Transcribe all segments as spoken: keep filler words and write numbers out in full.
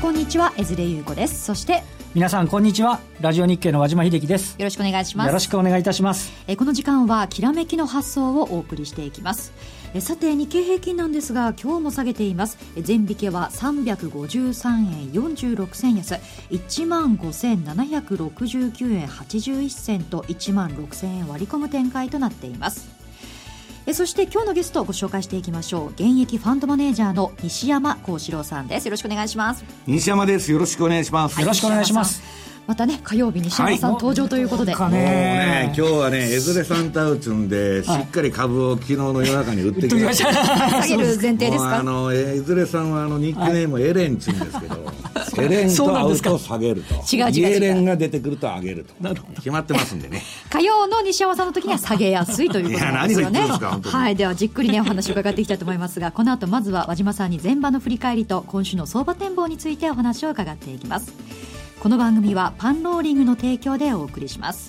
こんにちは、江連優子です。そして皆さんこんにちは、ラジオ日経の和島秀樹です。 よろしくお願いします。 よろしくお願いいたします。 えこの時間はきらめきの発想をお送りしていきます。えさて日経平均なんですが今日も下げています。え前引けはさんびゃくごじゅうさんえんよんじゅうろくせん安 いちまんごせんななひゃくろくじゅうきゅうえんはちじゅういっせんといちまんろくせんえん割り込む展開となっています。えそして今日のゲストをご紹介していきましょう。現役ファンドマネージャーの西山幸四郎さんです。よろしくお願いします。 西山です。よろしくお願いします。 よろしくお願いします。 またね火曜日西山さん、はい、登場ということで、 もうね今日はね江連さんと会うつんで、はい、しっかり株を昨日の夜中に売ってきました下げる前提ですか。 あの江連さんはあのニックネーム、はい、エレンつうんですけどエレンと会うと下げると違う違う違うエレンが出てくると上げるとなるほど決まってますんでね火曜の西山さんの時には下げやすいということなんですよね。いや何が言ってるんですか本当に。はい、ではじっくりねお話を伺っていきたいと思いますがこの後まずは和島さんに前場の振り返りと今週の相場展望についてお話を伺っていきます。この番組はパンローリングの提供でお送りします。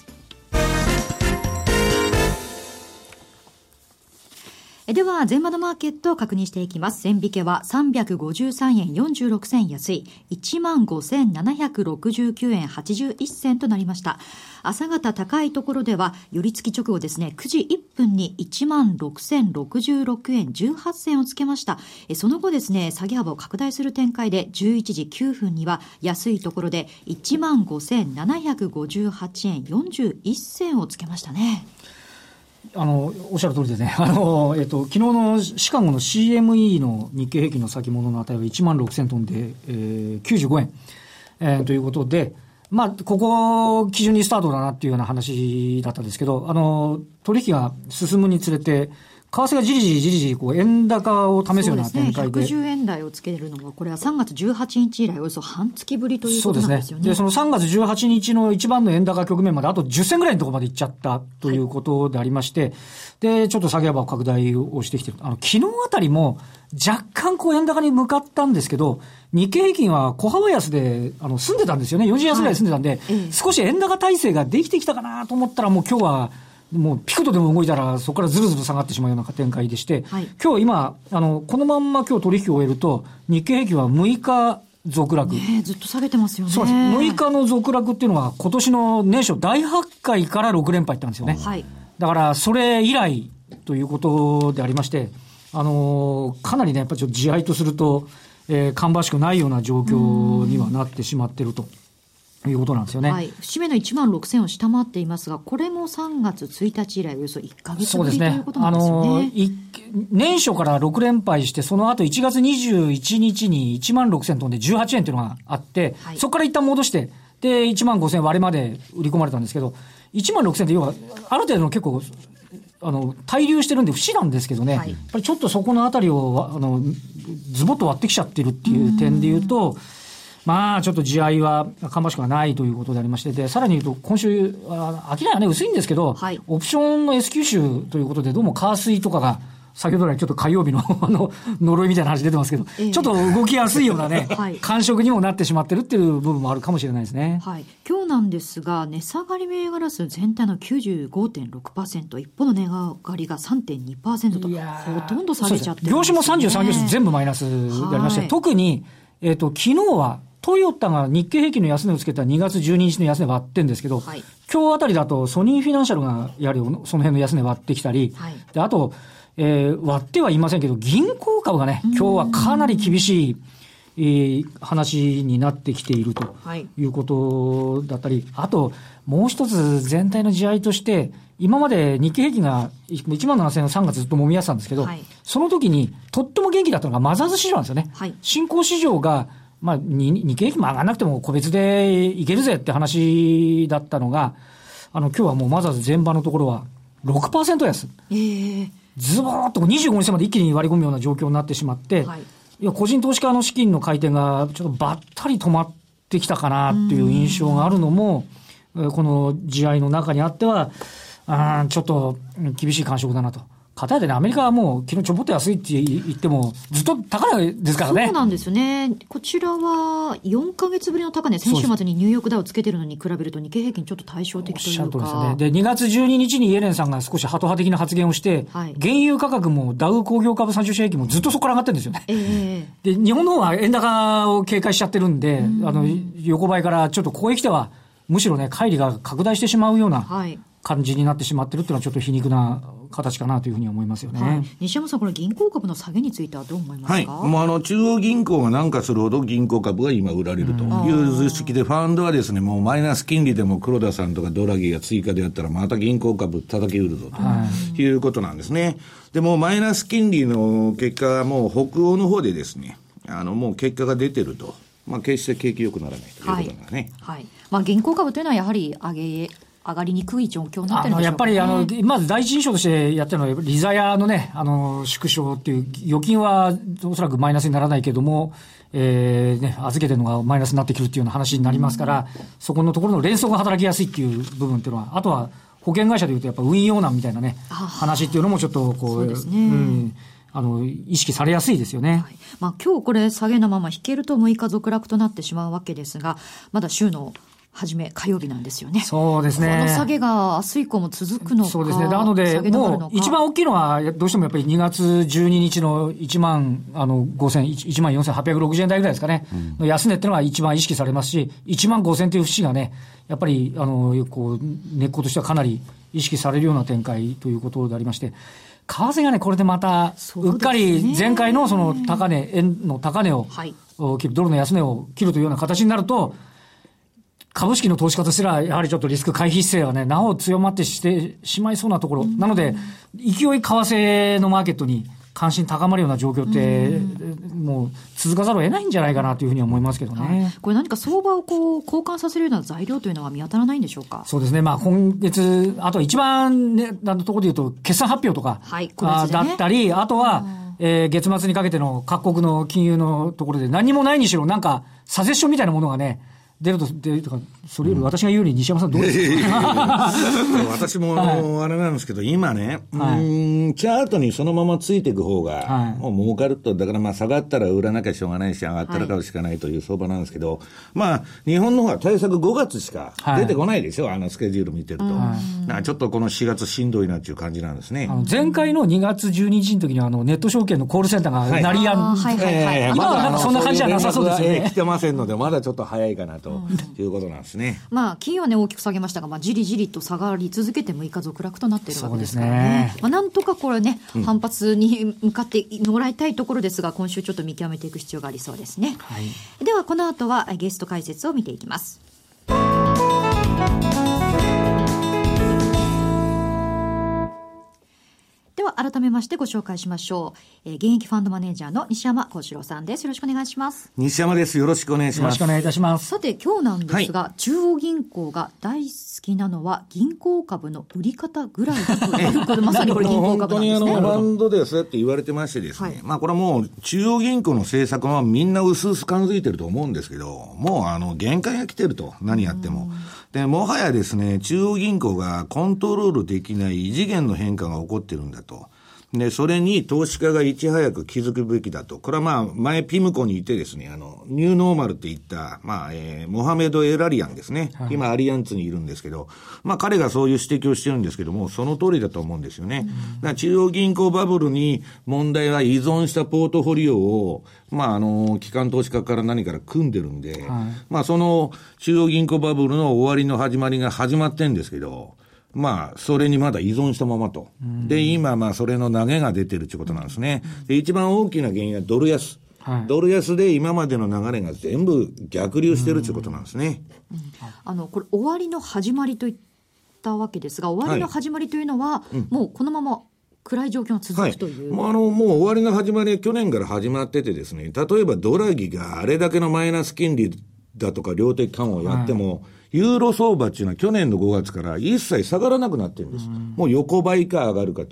では前場のマーケットを確認していきます。前引けはさんびゃくごじゅうさんえんよんじゅうろくせん安い いちまんごせんななひゃくろくじゅうきゅうえんはちじゅういっせんとなりました。朝方高いところでは寄り付き直後ですねくじいっぷんに いちまんろくせんろくじゅうろくえんじゅうはっせんをつけました。その後ですね下げ幅を拡大する展開でじゅういちじきゅうふんには安いところで いちまんごせんななひゃくごじゅうはちえんよんじゅういっせんをつけましたね。 あのおっしゃる通りですね。あの、えっと、昨日のシカゴの シーエムイー の日経平均の先物の値はいちまんろくせん飛んで、えー、きゅうじゅうごえん、えー、ということで、まあ、ここを基準にスタートだなっていうような話だったんですけど、あの、取引が進むにつれて、為替がじりじりじりじりこう円高を試すような展開で、 そうですね、ひゃくじゅうえん台をつけるのはこれはさんがつじゅうはちにち以来およそ半月ぶりということなんですよね。そうですね。 でそのさんがつじゅうはちにちの一番の円高局面まであとじゅっせんぐらいのところまで行っちゃったということでありまして、はい、でちょっと下げ幅を拡大をしてきてる。あの昨日あたりも若干こう円高に向かったんですけど、日経平均は小幅安であの済んでたんですよね。よじ安ぐらい済んでたんで、はい、少し円高体制ができてきたかなと思ったら、もう今日はもうピクトでも動いたらそこからずるずる下がってしまうような展開でして、はい、今日今あのこのまんま今日取引を終えると日経平均はむいか続落、 ね、ずっと下げてますよね。 そうです。むいかの続落っていうのは今年の年初大発会からろく連敗ってあるんですよね、はい、だからそれ以来ということでありまして、あのー、かなりねやっぱりちょっと地合いとすると、えー、芳しくないような状況にはなってしまっているということなんですよね。 はい、節目のいちまんろくせんを下回っていますが、これもさんがつついたち以来およそいっかげつぶり、ね、ということなんですよね。あの年初からろく連敗して、その後いちがつにじゅういちにちにいちまんろくせん飛んでじゅうはちえんというのがあって、はい、そこから一旦戻してでいちまんごせん割れまで売り込まれたんですけど、いちまんろくせんって要はある程度の結構あの滞留してるんで不思なんですけどね、はい、やっぱりちょっとそこのあたりをあのズボッと割ってきちゃってるっていう点でいうと、まあちょっと地合いは芳しくはないということでありまして、でさらに言うと今週あ商いはね薄いんですけど、はい、オプションの エスキュー 週ということでどうもカースイとかが先ほど来ちょっと火曜日のあの呪いみたいな話出てますけど、えー、ちょっと動きやすいようなね、はい、感触にもなってしまってるっていう部分もあるかもしれないですね。 はい、今日なんですが値下がり銘柄数全体の きゅうじゅうごてんろくパーセント、 一方の値上がりが さんてんにパーセント とほとんど下げちゃってるんですよね。 業種もさんじゅうさん業種全部マイナスでありまして、はい、特に、えーと、昨日はトヨタが日経平均の安値をつけたにがつじゅうににちの安値割ってるんですけど、はい、今日あたりだとソニーフィナンシャルがやはりその辺の安値割ってきたり、はい、であと、えー、割ってはいませんけど銀行株がね今日はかなり厳しい、えー、話になってきているということだったり、はい、あともう一つ全体の地合いとして今まで日経平均がいちまんななせんえんをさんがつずっと揉み合ってたんですけど、はい、その時にとっても元気だったのがマザーズ市場なんですよね、はい、新興市場がまあ、日経平均も上がらなくても個別でいけるぜって話だったのが、あの今日はもうマザーズ全場のところは ろくパーセント 安、えー、ズボーっとにじゅうごにちまで一気に割り込むような状況になってしまって、はい、いや個人投資家の資金の回転がちょっとばったり止まってきたかなっていう印象があるのもこの地合いの中にあってはあちょっと厳しい感触だなと。為片やでね、アメリカはもう昨日ちょぼっと安いって言っても、ずっと高値ですからね。 そうなんですね。こちらはよんかげつぶりの高値、先週末にニューヨークダウをつけてるのに比べると日経平均ちょっと対照的というか。おっしゃるとりですよね。 で、にがつじゅうににちにイエレンさんが少しハト派的な発言をして、はい、原油価格もダウ工業株さんじゅう種平均もずっとそこから上がってるんですよね。えー、で、日本の方は円高を警戒しちゃってるんで、んあの、横ばいからちょっとここへ来ては、むしろね、乖離が拡大してしまうような感じになってしまってるっていうのはちょっと皮肉な形かなというふうに思いますよね。はい、 西山さん、これ銀行株の下げについてはどう思いますか？ はい。もうあの、中央銀行が何かするほど銀行株が今売られるという図式で、ファンドはですね、もうマイナス金利でも黒田さんとかドラギが追加でやったらまた銀行株叩き売るぞということなんですね。でもマイナス金利の結果はもう北欧の方でですね、あの、もう結果が出てると。まあ、決して景気良くならないということなんだね。 はい。はい。まあ、銀行株というのはやはり上げ、上がりにくい状況になってるんでしょうかね。 やっぱりあの、まず第一印象としてやってるのは、リザヤのね、あの、縮小っていう、預金はおそらくマイナスにならないけども、えー、ね、預けてるのがマイナスになってくるっていうような話になりますから、うん、そこのところの連想が働きやすいっていう部分っていうのは、あとは保険会社でいうとやっぱ運用難みたいなね、話っていうのもちょっとこう、そうですね。うんあの、意識されやすいですよね。はい、 まあ今日これ下げのまま引けるとむいか続落となってしまうわけですが、まだ週の初め火曜日なんですよね。 そうですね。 この下げが明日以降も続くのか。 そうですね。なので、もう一番大きいのは、どうしてもやっぱりにがつじゅうににちのいちまん、あの、ごせん、いちまんよんせんはっぴゃくろくじゅうえん台ぐらいですかね。うん、安値っていうのが一番意識されますし、いちまんごせんという節がね、やっぱり、あの、こう、根っことしてはかなり意識されるような展開ということでありまして、為替がね、これでまた、うっかり前回のその高値、円の高値を、はい、ドルの安値を切るというような形になると、株式の投資家としては、やはりちょっとリスク回避姿勢はね、なお強まってしてしまいそうなところ。なので、勢い為替のマーケットに関心高まるような状況って、もう続かざるを得ないんじゃないかなというふうに思いますけどね。はい、 これ何か相場をこう交換させるような材料というのは見当たらないんでしょうか？ そうですね。まあ今月、あと一番ね、あのところで言うと、決算発表とか、はい、これですね、だったり、あとは、えー、月末にかけての各国の金融のところで何もないにしろ、なんか、サジェッションみたいなものがね、出ると、出るとか、それより私が言うより西山さんどうですか？ 私も、あれなんですけど、今ね、はい、うん、チャートにそのままついていく方が、はい、もう儲かると、だからまあ下がったら売らなきゃしょうがないし、上がったら買うしかないという相場なんですけど、はい、まあ、日本の方は対策ごがつしか出てこないでしょ、はい、あのスケジュール見てると。はい、なんかちょっとこのしがつしんどいなっていう感じなんですね。 あの前回のにがつじゅうににちの時には、あの、ネット証券のコールセンターが鳴りやん、はいはいはいはい、今はなんかそんな感じじゃなさそうですよね。 来てませんので、まだちょっと早いかなということなんですね。 まあ、金はね、大きく下げましたが、まあ、じりじりと下がり続けてむいか続落となっているわけですからね。ねまあ、なんとかこれね、うん、反発に向かってもらいたいところですが、今週ちょっと見極めていく必要がありそうですね。はい、では、この後はゲスト解説を見ていきます。では改めましてご紹介しましょう、えー、現役ファンドマネージャーの西山幸四郎さんです。よろしくお願いします。 西山です。よろしくお願いします。 よろしくお願いいたします。 さて今日なんですが、はい、中央銀行が大好きなのは銀行株の売り方ぐらいだということでまさにこれ銀行株なんですね。 本当にあのファンドではそうやって言われてましてですね、はい、まあこれはもう中央銀行の政策はみんな薄々感づいてると思うんですけど、もうあの限界が来てると、何やっても。で、もはやですね、中央銀行がコントロールできない異次元の変化が起こってるんだと。で、それに投資家がいち早く気づくべきだと。これはまあ、前ピムコにいてですね、あの、ニューノーマルって言った、まあ、えー、モハメド・エラリアンですね。はい、今、アリアンツにいるんですけど、まあ、彼がそういう指摘をしてるんですけども、その通りだと思うんですよね。うん、だから中央銀行バブルに問題は依存したポートフォリオを、まあ、あの、機関投資家から何から組んでるんで、はい、まあ、その中央銀行バブルの終わりの始まりが始まってんですけど、まあ、それにまだ依存したままと。で、今、まあ、それの投げが出てるってことなんですね。で、一番大きな原因はドル安。はい、ドル安で今までの流れが全部逆流してるってことなんですね。 うんうん、あの、これ、終わりの始まりといったわけですが、終わりの始まりというのは、はい、もうこのまま暗い状況が続くという。 はい、もうあの、もう終わりの始まりは去年から始まっててですね、例えばドラギがあれだけのマイナス金利だとか量的緩和をやっても、はいユーロ相場っていうのは去年のごがつから一切下がらなくなってるんです。もう横ばいか上がるかと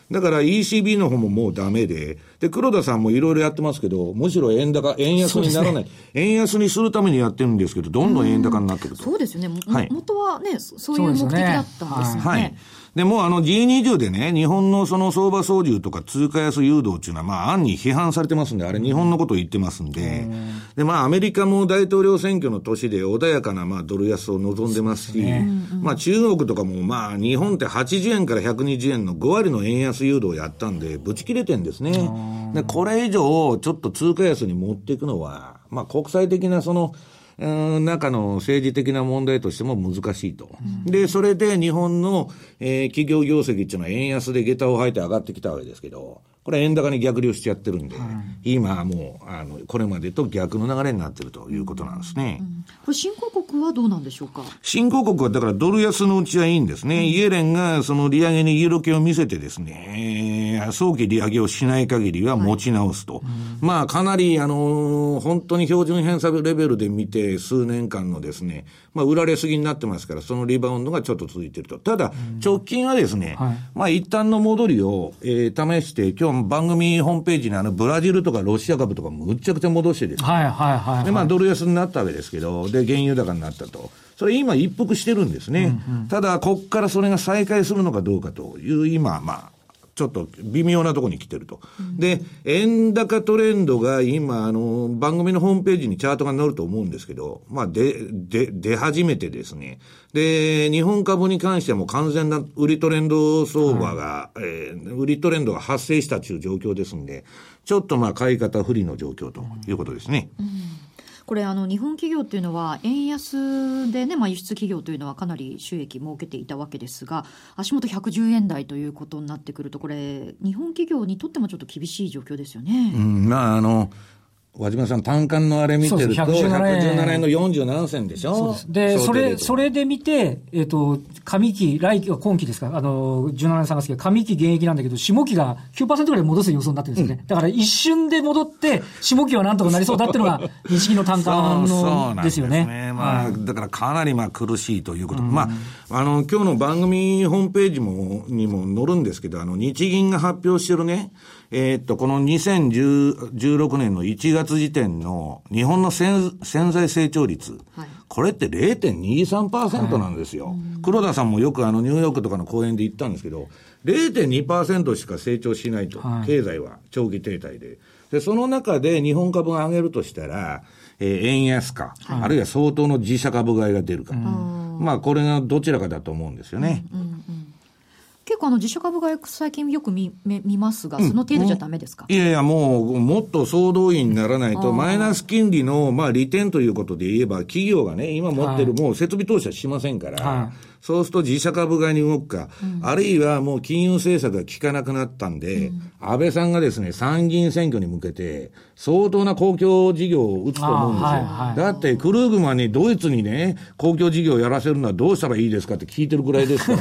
だから イーシービー の方ももうダメで、で、黒田さんもいろいろやってますけど、むしろ円高、円安にならない、ね、円安にするためにやってるんですけど、どんどん円高になってると。 そうですよね。はい、元はね、そういう目的だったんですよね。はい。 でもあの ジーにじゅう でね、日本のその相場操縦とか通貨安誘導っていうのは、まあ、暗に批判されてますんで、あれ日本のことを言ってますんで、で、まあ、アメリカも大統領選挙の年で穏やかな、まあ、ドル安を望んでますし、ね、まあ、中国とかも、まあ、日本ってはちじゅうえんからひゃくにじゅうえんのご割の円安誘導をやったんで、ぶち切れてんですね。で、これ以上、ちょっと通貨安に持っていくのは、まあ、国際的なその、中の政治的な問題としても難しいと。うん、で、それで日本の、えー、企業業績っていうのは円安で下駄を履いて上がってきたわけですけど、これ円高に逆流しちゃってるんで、うん、今もう、あの、これまでと逆の流れになってるということなんですね。うんうん、 これ新興国はどうなんでしょうか。 新興国はだからドル安のうちはいいんですね。うん、イエレンがその利上げに色気を見せてですね、えー、早期利上げをしない限りは持ち直すと。はい、うん、まあかなりあのー、本当に標準偏差レベルで見て数年間のですね、まあ売られすぎになってますから、そのリバウンドがちょっと続いていると。ただ、直近はですね、うん、はい、まあ一旦の戻りを、えー、試して、今日番組ホームページにあのブラジルとかロシア株とかむっちゃくちゃ戻してですね、 はいはいはい、はい、 でまあドル安になったわけですけど、で原油高になったと。それ今一服してるんですね。うんうん、ただこっからそれが再開するのかどうかという今まあちょっと微妙なところに来てると。うん、で、円高トレンドが今、あの、番組のホームページにチャートが載ると思うんですけど、まあ、で、で、出始めてですね。で、日本株に関してはもう完全な売りトレンド相場が、はい、えー、売りトレンドが発生したという状況ですんで、ちょっとまあ、買い方不利の状況ということですね。うんうん、 これあの日本企業というのは円安でね、まあ、輸出企業というのはかなり収益儲けていたわけですが、足元ひゃくじゅうえん台ということになってくると、これ日本企業にとってもちょっと厳しい状況ですよね。 うん、まああの和島さん単価のあれ見てるとひゃくじゅうななえんのよんじゅうなな銭でしょ。 そうです。で、それ、それで見て、えっ、ー、と、上期、来期、今期ですか、あの、じゅうななねんさんがつけ上期現役なんだけど、下期が きゅうパーセント ぐらい戻す予想になってるんですよね。うん、だから一瞬で戻って、下期はなんとかなりそうだっていうのが、日銀の単価のそうそうなんですよね。 ね、まあ、はい、だからかなりまあ苦しいということ。うん、まあ、あの、今日の番組ホームページも、にも載るんですけど、あの、日銀が発表してるね、えー、っと、このにせんじゅうろくねんのいちがつ時点の日本の潜在成長率、はい、これって れいてんにさんパーセント なんですよ。はい、黒田さんもよくあのニューヨークとかの講演で言ったんですけど、れいてんにパーセント しか成長しないと、はい、経済は長期停滞で。で、その中で日本株が上げるとしたら、えー、円安か、はい、あるいは相当の自社株買いが出るか。まあ、これがどちらかだと思うんですよね。うんうんうん、 結構あの自社株買い最近よく 見, 見ますが、その程度じゃダメですか。 うん、いやいや、もうもっと総動員にならないと、マイナス金利のまあ利点ということで言えば、企業がね、今持ってるもう設備投資はしませんから、はい、そうすると自社株買いに動くか、うん、あるいはもう金融政策が効かなくなったんで、うん、安倍さんがですね、参議院選挙に向けて、相当な公共事業を打つと思うんですよ。はいはい、だって、クルーグマンにドイツにね、公共事業をやらせるのはどうしたらいいですかって聞いてるくらいですから、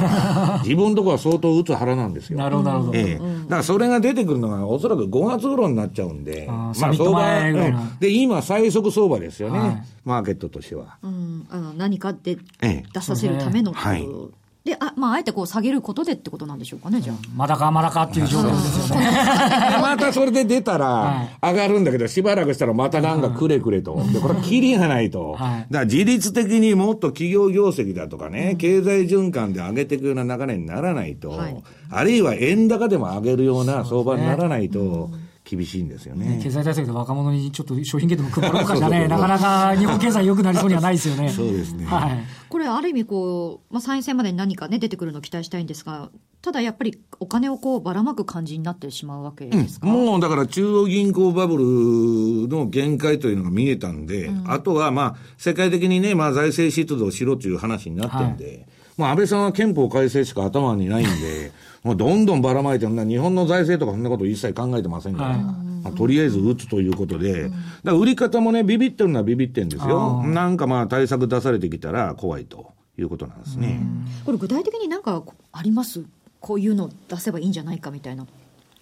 自分のところは相当打つ腹なんですよ。 なるほど、なるほど。 ええ。だからそれが出てくるのがおそらくごがつ頃になっちゃうんで、あまあ相場、うん、で、今最速相場ですよね、はい、マーケットとしては。 うん、あの何かで出させるための、ええ、はい。で、あ、まあ、あえてこう下げることでってことなんでしょうかね、じゃあ。 まだかまだかっていう状況ですよね。 またそれで出たら上がるんだけど、しばらくしたらまたなんかくれくれと。で、これはキリがないと。はい、だから自律的にもっと企業業績だとかね、うん、経済循環で上げていくような流れにならないと、はい、あるいは円高でも上げるような相場にならないと、厳しいんですよね。 経済対策で若者にちょっと商品券でも配ろうかじゃね、なかなか日本経済良くなりそうにはないですよね。 そうですね。 はい。これある意味こう、まあ、参院選までに何かね出てくるのを期待したいんですが、ただやっぱりお金をこうばらまく感じになってしまうわけですか。 うん、もうだから中央銀行バブルの限界というのが見えたんで、うん、あとはまあ世界的にね、まあ財政出動しろという話になってんで、はい、まあ安倍さんは憲法改正しか頭にないんで、もうどんどんばらまいてるな、日本の財政とかそんなこと一切考えてませんから、はい、まあ、とりあえず打つということで、うん、だから売り方もね、ビビってるのはビビってるんですよ。なんかまあ対策出されてきたら怖いということなんですね。 これ具体的になんかあります？こういうの出せばいいんじゃないかみたいな。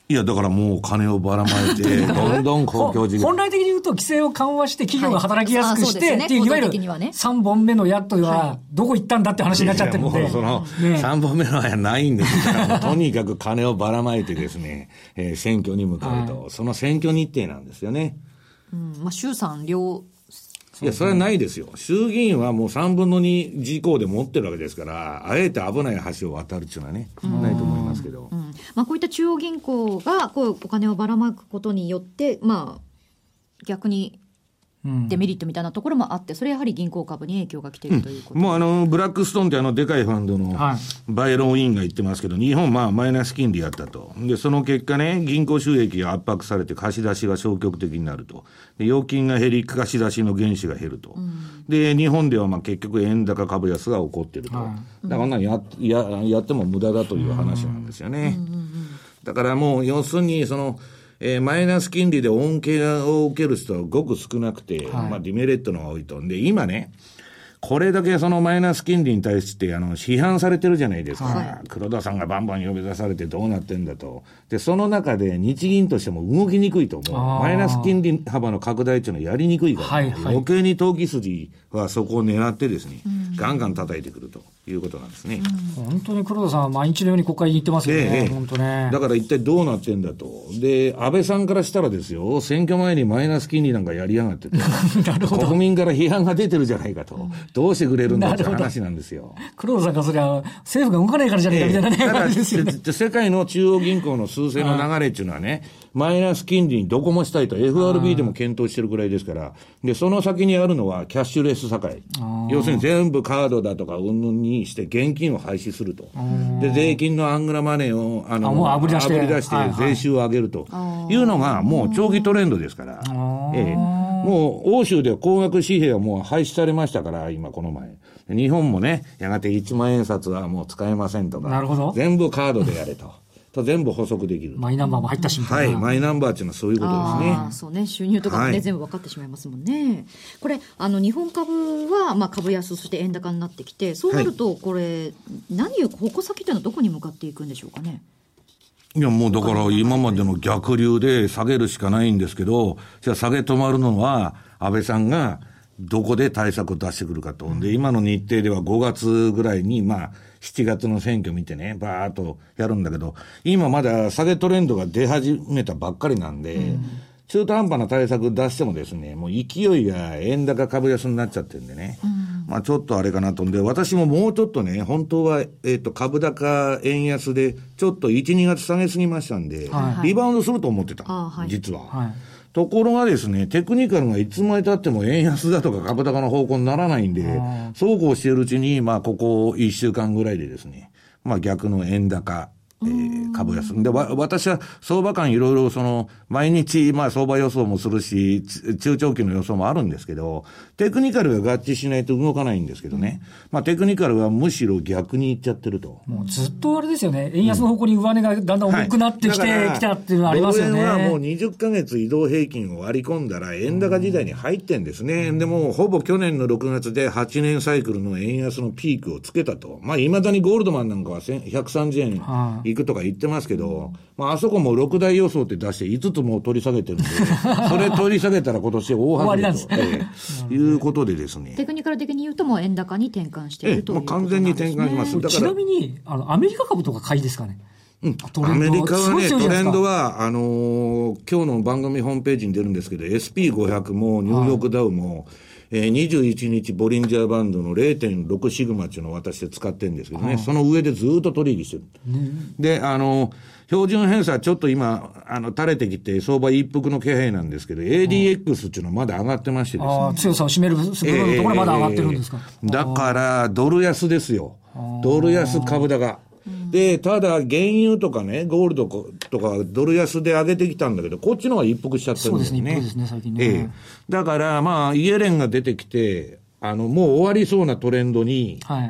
いや、だからもう金をばらまいて、どんどん公共事業。 本来的に言うと、規制を緩和して、企業が働きやすくして、はい、ね、っていう、いわゆるさんぼんめの矢とは、どこ行ったんだって話になっちゃってるんで。 いやいやもうその、ね、さんぼんめの矢ないんですから、とにかく金をばらまいてですね、えー、選挙に向かうと、はい、その選挙日程なんですよね。 うん、まあ、衆参両、 いや、それはないですよ。衆議院はもうさんぶんのに自公で持ってるわけですから、あえて危ない橋を渡るっていうのはね、ないと思いますけど。 うんうん、まあ、こういった中央銀行がこうお金をばらまくことによって、まあ、逆にデメリットみたいなところもあって、それやはり銀行株に影響が来ているということ、うん、 もうあのブラックストーンってあのでかいファンドのバイロン委員が言ってますけど、日本まあマイナス金利やったと。でその結果ね、銀行収益が圧迫されて貸し出しが消極的になると。で預金が減り貸し出しの原資が減ると、うん、で日本ではまあ結局円高株安が起こっていると、はい、だからや や, やっても無駄だという話なんですよね、うんうんうんうん、だからもう要するにそのえー、マイナス金利で恩恵を受ける人はごく少なくて、はい、まあデメリットのが多いと。で、今ね、これだけそのマイナス金利に対してあの批判されてるじゃないですか、はい、黒田さんがバンバン呼び出されてどうなってんだと。でその中で日銀としても動きにくいと思う。マイナス金利幅の拡大っていうのはやりにくいから、はいはい、余計に投機筋はそこを狙ってですね、うん、ガンガン叩いてくるということなんですね、 うん、本当に黒田さんは毎日のように国会に行ってますよね、ええ、本当ね。 だから一体どうなってんだと。で安倍さんからしたらですよ、選挙前にマイナス金利なんかやりやがってとなるほど、国民から批判が出てるじゃないかと、うん、どうしてくれるんだって話なんですよ。 黒田さんがそれは政府が動かないからじゃないかみたいなね、ええ、 だから世界の中央銀行の数勢の流れっていうのはね、マイナス金利にどこもしたいと エフアールビー でも検討してるくらいですから、でその先にあるのはキャッシュレス社会、要するに全部カードだとか云々にして現金を廃止すると。で税金のアングラマネーをあのあもうあぶり出してあぶり出して税収を上げるというのがもう長期トレンドですから、ええ、もう欧州では高額紙幣はもう廃止されましたから、今この前日本もね、やがていちまん円札はもう使えませんとか、 なるほど、 全部カードでやれとと全部補足できる。 マイナンバーも入ったしみたいな。はい、マイナンバーっていうのはそういうことですね。 あそうね、収入とかもね、はい、全部分かってしまいますもんね。これあの日本株はまあ株安、そして円高になってきて、そうなるとこれ、はい、何を矛先というのはどこに向かっていくんでしょうかね。 いやもうだから今までの逆流で下げるしかないんですけど、じゃあ下げ止まるのは安倍さんがどこで対策を出してくるかと。で今の日程ではごがつぐらいにまあしちがつの選挙見てね、バーっとやるんだけど、今まだ下げトレンドが出始めたばっかりなんで、うん、中途半端な対策出してもですね、もう勢いが円高株安になっちゃってるんでね、うん、まあちょっとあれかなとんで、私ももうちょっとね、本当は、えっと、株高円安で、ちょっといち、にがつ下げすぎましたんで、はい、リバウンドすると思ってた、はい、実は。はい、ところがですね、テクニカルがいつまで経っても円安だとか株高の方向にならないんで、そうこうしているうちに、まあここいっしゅうかんぐらいでですね、まあ逆の円高、えー、株安で、わ私は相場間いろいろその毎日まあ相場予想もするし、中長期の予想もあるんですけど、テクニカルが合致しないと動かないんですけどね、まあテクニカルはむしろ逆にいっちゃってると。 もうずっとあれですよね、円安の方向に上値がだんだん重くなってきて、はい、きたっていうのはありますよね。 ドル円はもうにじゅっかげつ移動平均を割り込んだら円高時代に入ってんですね。でもほぼ去年のろくがつではちねんサイクルの円安のピークをつけたと。まあ未だにゴールドマンなんかはひゃくさんじゅうえんいくとか言ってますけど、まああそこもろく大予想って出していつつも取り下げてるんで、それ取り下げたら今年大外れと、えー、いうことでですね。 テクニカル的に言うともう円高に転換しているということなんですね。 もう完全に転換します。だからちなみにあのアメリカ株とか買いですかね。 うん、アメリカはね、トレンドは、あのー、今日の番組ホームページに出るんですけど、エスピーごひゃく もニューヨークダウも、はい、えー、にじゅういちにちボリンジャーバンドの れいてんろく シグマっていうのを私で使ってるんですけどね、はい、その上でずっと取引してる。ね、で、あのー、標準偏差ちょっと今、あの、垂れてきて相場一服の気配なんですけど、エーディーエックス っていうのはまだ上がってましてですね。 ああ、強さを占める部分のところまだ上がってるんですか。 えー、だから、ドル安ですよ。ドル安株高。で、ただ、原油とかね、ゴールドとかドル安で上げてきたんだけど、こっちの方が一服しちゃってるんですね。 そうですね、一服ですね、最近ね。ええ。 だから、まあ、イエレンが出てきて、あの、もう終わりそうなトレンドに、はい。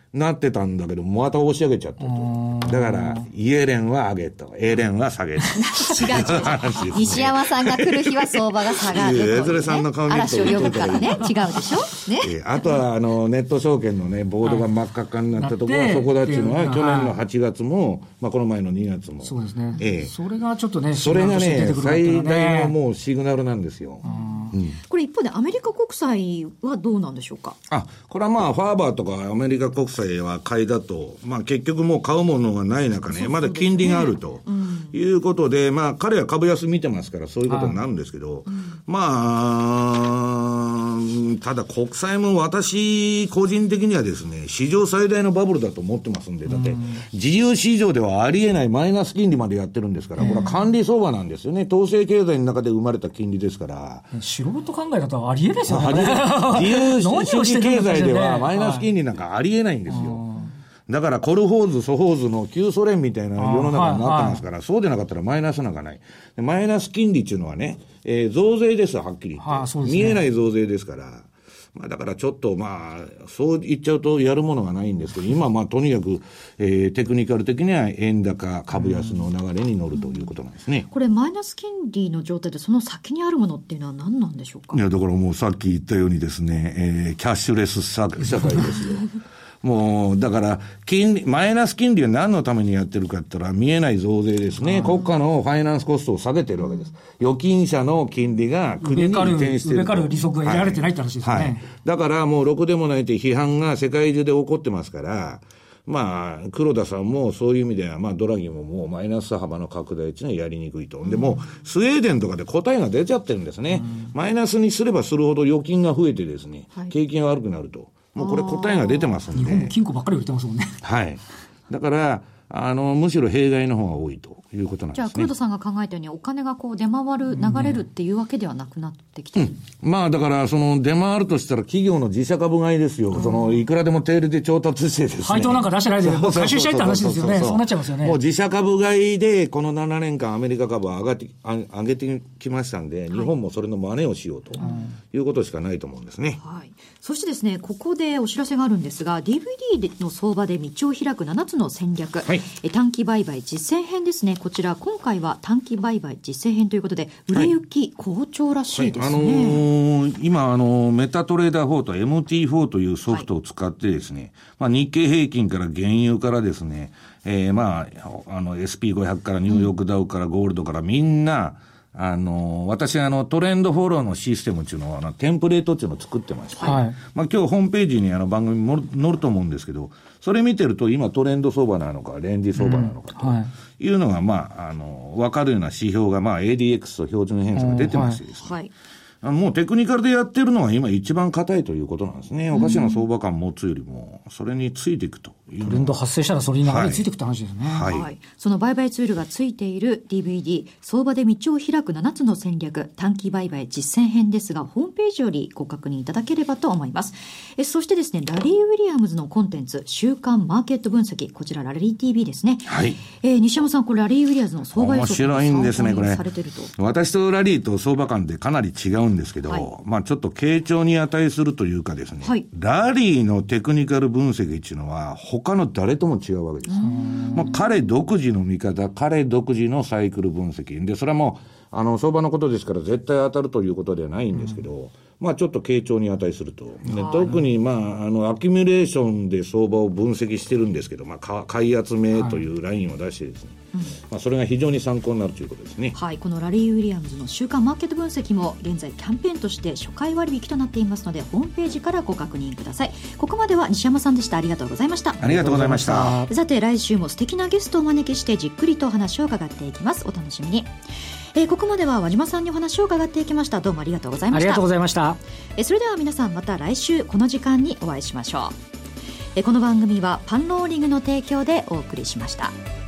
なってたんだけど、また押し上げちゃったと。だから、イエレンは上げた。エレンは下げた。 違う違う違う。西山さんが来る日は相場が下がるという、ね。 江連さんの顔見ると嵐を呼ぶからね。違うでしょね。 えー、あとは、あの、ネット証券のね、ボードが真っ赤っかになったところは、そこだっていうのは、去年のはちがつも、まあ、この前のにがつも。 そうですね。 えー、 それがちょっとね、 それがね、最大のもうシグナルなんですよ。 うん、これ一方でアメリカ国債はどうなんでしょうか。 あ、これはまあファーバーとかアメリカ国債は買いだと、まあ結局もう買うものがない中ね、そうそうね、まだ金利があると、うん、いうことで、まあ彼は株安見てますからそういうことになるんですけど、うん、まあ、ただ国債も私個人的にはですね、史上最大のバブルだと思ってますんで、だって自由市場ではありえないマイナス金利までやってるんですから、これは管理相場なんですよね。統制経済の中で生まれた金利ですから。 素人考え方はありえないですよね。 自由主義経済ではマイナス金利なんかありえないんですよ。だからコルホーズ、ソホーズの旧ソ連みたいな世の中になってますから、そうでなかったらマイナスなんかない。マイナス金利っていうのはね、えー、増税ですよ、はっきり言って。はあ、そうですね、見えない増税ですから。まあ、だからちょっとまあ、そう言っちゃうとやるものがないんですけど、今まあとにかく、えー、テクニカル的には円高、株安の流れに乗るということなんですね。 これマイナス金利の状態でその先にあるものっていうのは何なんでしょうか。 いや、だからもうさっき言ったようにですね、えー、キャッシュレス社会ですよ。もう、だから、金利、マイナス金利は何のためにやってるかって言ったら、見えない増税ですね。国家のファイナンスコストを下げてるわけです。預金者の金利が国に移転してる。 上から利息が得られてないって話ですよね。はいはい、 だからもう、ろくでもないという批判が世界中で起こってますから、まあ、黒田さんもそういう意味では、まあ、ドラギももうマイナス幅の拡大っていうのはやりにくいと。でも、スウェーデンとかで答えが出ちゃってるんですね。マイナスにすればするほど預金が増えてですね、景気が悪くなると。もうこれ答えが出てますんで。 日本も金庫ばっかり売ってますもんね。 はい。だから、あの、むしろ弊害の方が多いということなんですね。 じゃあ、黒田さんが考えたように、お金がこう出回る、流れるっていうわけではなくなってきてる、 うん、まあ、だから、その、出回るとしたら企業の自社株買いですよ。その、いくらでも定例で調達してですね。 配当なんか出してないで、回収しちゃいって話ですよね。そうなっちゃいますよね。 もう自社株買いで、このななねんかんアメリカ株は上がって、上げてきましたんで、日本もそれの真似をしようということしかないと思うんですね。 はい。そしてですね、ここでお知らせがあるんですが、ディーブイディー の相場で道を開くななつの戦略。はい、短期売買実践編ですね。こちら今回は短期売買実践編ということで売れ行き好調らしいですね。はいはい、あのー、今あのメタトレーダーフォーと エムティーフォー というソフトを使ってですね、はい、まあ、日経平均から原油からですね、えー、まああの エスピーごひゃく からニューヨークダウからゴールドからみんな、あの、私、あの、トレンドフォローのシステムっていうのは、あのテンプレートっていうのを作ってまして、はい、まあ今日ホームページにあの番組も載ると思うんですけど、それ見てると今トレンド相場なのか、レンジ相場なのかというのが、まあ、あの、わかるような指標が、まあ エーディーエックス と標準偏差が出てましてですね。はいはい、もうテクニカルでやってるのは今一番硬いということなんですね。おかしな相場感持つよりも、それについていくという。 トレンド発生したらそれに流れついていくって話ですね。 はい。はい。その売買ツールがついている ディーブイディー、相場で道を開くななつの戦略、短期売買実践編ですが、ホームページよりご確認いただければと思います。え、そしてですね、ラリー・ウィリアムズのコンテンツ、週刊マーケット分析、こちらラリー ティービー ですね。はい。えー、西山さん、これラリー・ウィリアムズの相場予測面白いんですね、これ。 されてると。 私とラリーと相場感でかなり違うんですけど、はい、まあちょっと傾聴に値するというかですね、はい、ラリーのテクニカル分析っていうのは他の誰とも違うわけです。まあ、彼独自の見方、彼独自のサイクル分析で、それはもうあの相場のことですから絶対当たるということではないんですけど、うん、まあちょっと傾聴に値すると、ね、特にまああのアキュミュレーションで相場を分析してるんですけど、まあ買い集めというラインを出してですね、はい、まあそれが非常に参考になるということですね。 はい、このラリー・ウィリアムズの週間マーケット分析も現在キャンペーンとして初回割引となっていますので、ホームページからご確認ください。ここまでは西山さんでした。ありがとうございました。 ありがとうございました。 さて来週も素敵なゲストをお招きしてじっくりとお話を伺っていきます。お楽しみに。えー、ここまでは和島さんにお話を伺っていきました。どうもありがとうございました。 ありがとうございました。 えー、それでは皆さんまた来週この時間にお会いしましょう。えー、この番組はパンローリングの提供でお送りしました。